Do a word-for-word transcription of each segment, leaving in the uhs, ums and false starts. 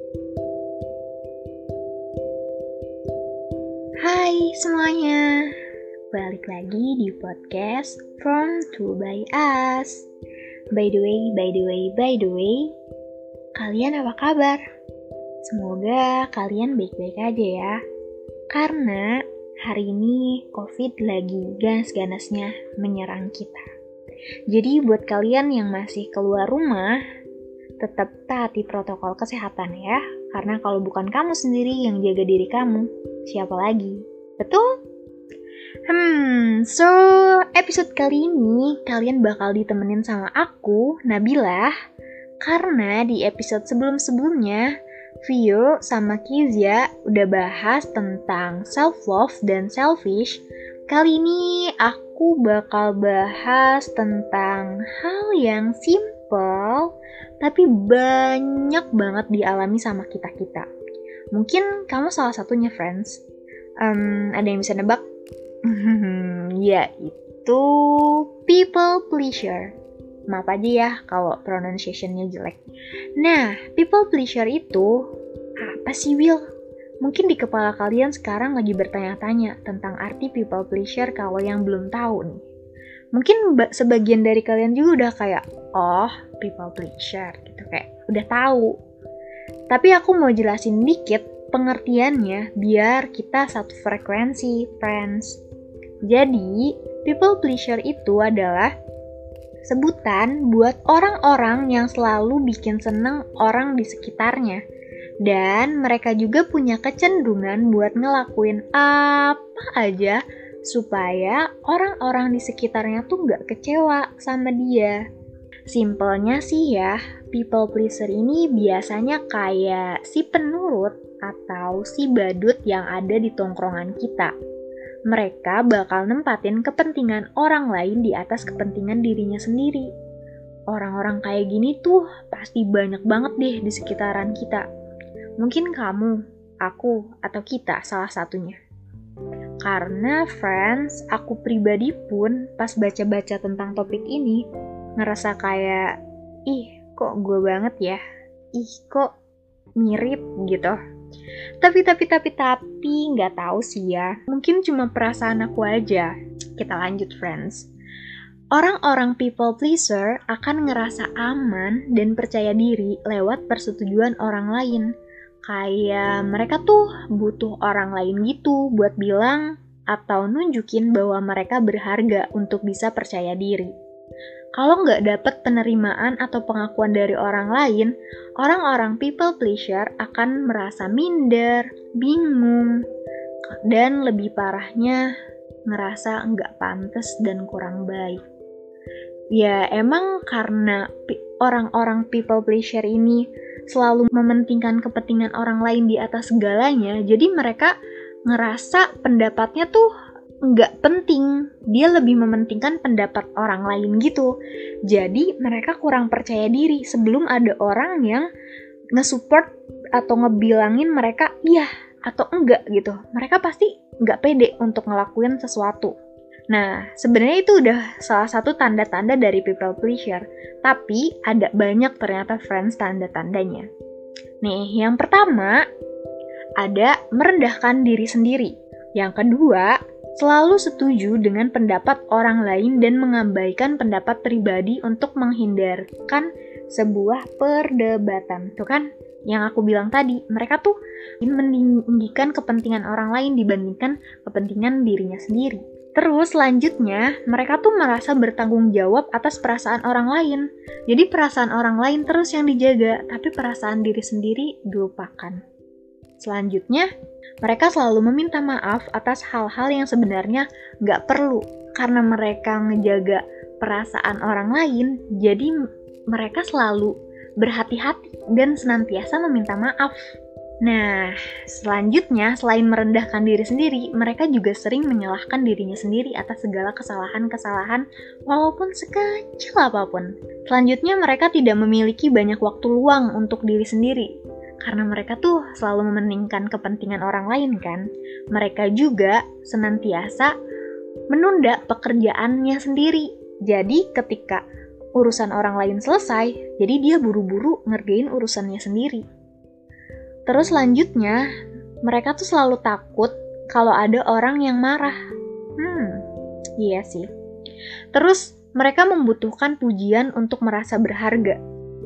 Hai semuanya, balik lagi di podcast From To By Us. By the way, by the way, by the way, kalian apa kabar? Semoga kalian baik-baik aja ya. Karena hari ini COVID lagi ganas-ganasnya menyerang kita. Jadi buat kalian yang masih keluar rumah, tetap taati protokol kesehatan ya. Karena kalau bukan kamu sendiri yang jaga diri kamu, siapa lagi? Betul? Hmm, so episode kali ini kalian bakal ditemenin sama aku, Nabila. Karena di episode sebelum-sebelumnya, Vio sama Kizia udah bahas tentang self-love dan selfish. Kali ini aku bakal bahas tentang hal yang simple, tapi banyak banget dialami sama kita-kita. Mungkin kamu salah satunya, friends. Um, ada yang bisa nebak? Yaitu people pleasure. Maaf aja ya kalau pronunciation-nya jelek. Nah, people pleasure itu apa sih, Will? Mungkin di kepala kalian sekarang lagi bertanya-tanya tentang arti people pleasure kalau yang belum tahu nih. Mungkin sebagian dari kalian juga udah kayak, oh, people pleasure gitu, kayak udah tahu. Tapi aku mau jelasin dikit pengertiannya biar kita satu frekuensi, friends. Jadi, people pleasure itu adalah sebutan buat orang-orang yang selalu bikin seneng orang di sekitarnya. Dan mereka juga punya kecenderungan buat ngelakuin apa aja supaya orang-orang di sekitarnya tuh gak kecewa sama dia. Simpelnya sih ya, people pleaser ini biasanya kayak si penurut atau si badut yang ada di tongkrongan kita. Mereka bakal nempatin kepentingan orang lain di atas kepentingan dirinya sendiri. Orang-orang kayak gini tuh pasti banyak banget deh di sekitaran kita. Mungkin kamu, aku, atau kita salah satunya. Karena friends, aku pribadi pun pas baca-baca tentang topik ini, ngerasa kayak, ih kok gue banget ya, ih kok mirip gitu. Tapi, tapi, tapi, tapi, nggak tahu sih ya, mungkin cuma perasaan aku aja. Kita lanjut friends. Orang-orang people pleaser akan ngerasa aman dan percaya diri lewat persetujuan orang lain. Kayak mereka tuh butuh orang lain gitu buat bilang atau nunjukin bahwa mereka berharga untuk bisa percaya diri. Kalau nggak dapet penerimaan atau pengakuan dari orang lain, orang-orang people pleaser akan merasa minder, bingung, dan lebih parahnya ngerasa nggak pantas dan kurang baik. Ya emang karena orang-orang people pleaser ini selalu mementingkan kepentingan orang lain di atas segalanya, jadi mereka ngerasa pendapatnya tuh nggak penting, dia lebih mementingkan pendapat orang lain gitu. Jadi mereka kurang percaya diri sebelum ada orang yang nge-support atau ngebilangin mereka iya atau enggak gitu. Mereka pasti nggak pede untuk ngelakuin sesuatu. Nah, sebenarnya itu udah salah satu tanda-tanda dari people pleasure. Tapi ada banyak ternyata friends tanda-tandanya. Nih, yang pertama ada merendahkan diri sendiri. Yang kedua, selalu setuju dengan pendapat orang lain dan mengabaikan pendapat pribadi untuk menghindarkan sebuah perdebatan. Tuh kan, yang aku bilang tadi, mereka tuh meninggikan kepentingan orang lain dibandingkan kepentingan dirinya sendiri. Terus selanjutnya, mereka tuh merasa bertanggung jawab atas perasaan orang lain. Jadi perasaan orang lain terus yang dijaga, tapi perasaan diri sendiri dilupakan. Selanjutnya, mereka selalu meminta maaf atas hal-hal yang sebenarnya nggak perlu. Karena mereka ngejaga perasaan orang lain, jadi mereka selalu berhati-hati dan senantiasa meminta maaf. Nah, selanjutnya selain merendahkan diri sendiri, mereka juga sering menyalahkan dirinya sendiri atas segala kesalahan-kesalahan walaupun sekecil apapun. Selanjutnya mereka tidak memiliki banyak waktu luang untuk diri sendiri. Karena mereka tuh selalu mementingkan kepentingan orang lain kan. Mereka juga senantiasa menunda pekerjaannya sendiri. Jadi ketika urusan orang lain selesai, jadi dia buru-buru ngerjain urusannya sendiri. Terus selanjutnya, mereka tuh selalu takut kalau ada orang yang marah. Hmm, iya sih. Terus mereka membutuhkan pujian untuk merasa berharga.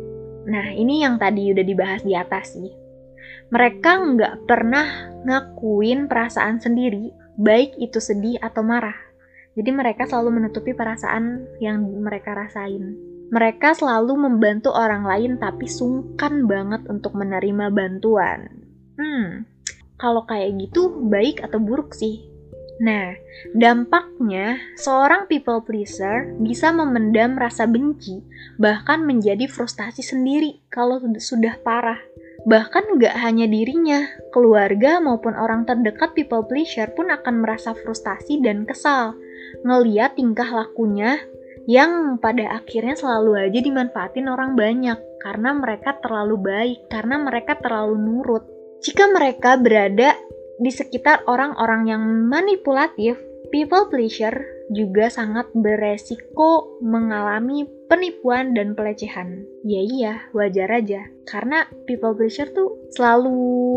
Nah, ini yang tadi udah dibahas di atas sih. Mereka nggak pernah ngakuin perasaan sendiri, baik itu sedih atau marah. Jadi mereka selalu menutupi perasaan yang mereka rasain. Mereka selalu membantu orang lain tapi sungkan banget untuk menerima bantuan. Hmm, kalau kayak gitu baik atau buruk sih? Nah, dampaknya seorang people pleaser bisa memendam rasa benci, bahkan menjadi frustasi sendiri kalau sudah parah. Bahkan nggak hanya dirinya, keluarga maupun orang terdekat people pleaser pun akan merasa frustasi dan kesal ngeliat tingkah lakunya yang pada akhirnya selalu aja dimanfaatin orang banyak karena mereka terlalu baik, karena mereka terlalu nurut. Jika mereka berada di sekitar orang-orang yang manipulatif, people pleaser juga sangat beresiko mengalami penipuan dan pelecehan. Ya iya, wajar aja. Karena people pleaser tuh selalu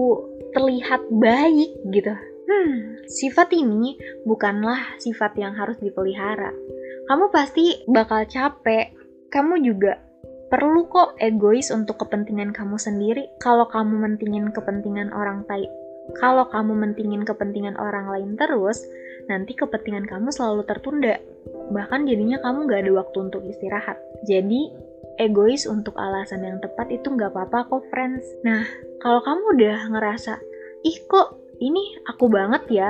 terlihat baik gitu. Hmm, sifat ini bukanlah sifat yang harus dipelihara. Kamu pasti bakal capek. Kamu juga perlu kok egois untuk kepentingan kamu sendiri. Kalau kamu mentingin kepentingan orang tai, kalau kamu mentingin kepentingan orang lain terus, nanti kepentingan kamu selalu tertunda. Bahkan jadinya kamu gak ada waktu untuk istirahat. Jadi, egois untuk alasan yang tepat itu gak apa-apa kok, friends. Nah, kalau kamu udah ngerasa, ih kok ini aku banget ya,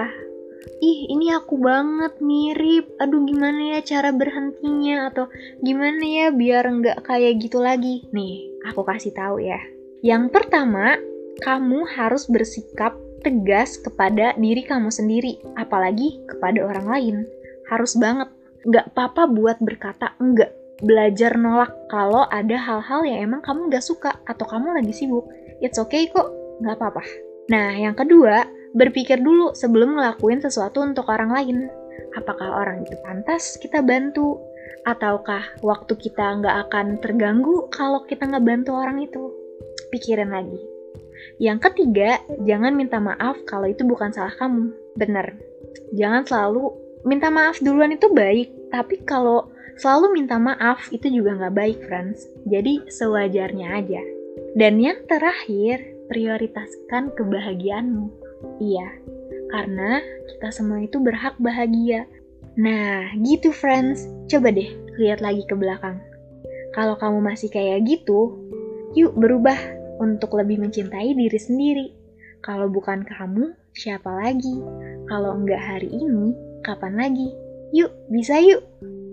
ih ini aku banget mirip, aduh gimana ya cara berhentinya, atau gimana ya biar gak kayak gitu lagi. Nih, aku kasih tahu ya. Yang pertama, kamu harus bersikap tegas kepada diri kamu sendiri, apalagi kepada orang lain. Harus banget. Nggak apa-apa buat berkata enggak. Belajar nolak kalau ada hal-hal yang emang kamu nggak suka atau kamu lagi sibuk. It's okay kok, nggak apa-apa. Nah, yang kedua, berpikir dulu sebelum ngelakuin sesuatu untuk orang lain. Apakah orang itu pantas kita bantu? Ataukah waktu kita nggak akan terganggu kalau kita nggak bantu orang itu? Pikirin lagi. Yang ketiga, jangan minta maaf kalau itu bukan salah kamu. Bener. Jangan selalu minta maaf duluan itu baik, tapi kalau selalu minta maaf itu juga nggak baik, friends. Jadi sewajarnya aja. Dan yang terakhir, prioritaskan kebahagiaanmu. Iya, karena kita semua itu berhak bahagia. Nah, gitu friends. Coba deh lihat lagi ke belakang. Kalau kamu masih kayak gitu, yuk berubah untuk lebih mencintai diri sendiri. Kalau bukan kamu, siapa lagi? Kalau enggak hari ini, kapan lagi? Yuk, bisa yuk!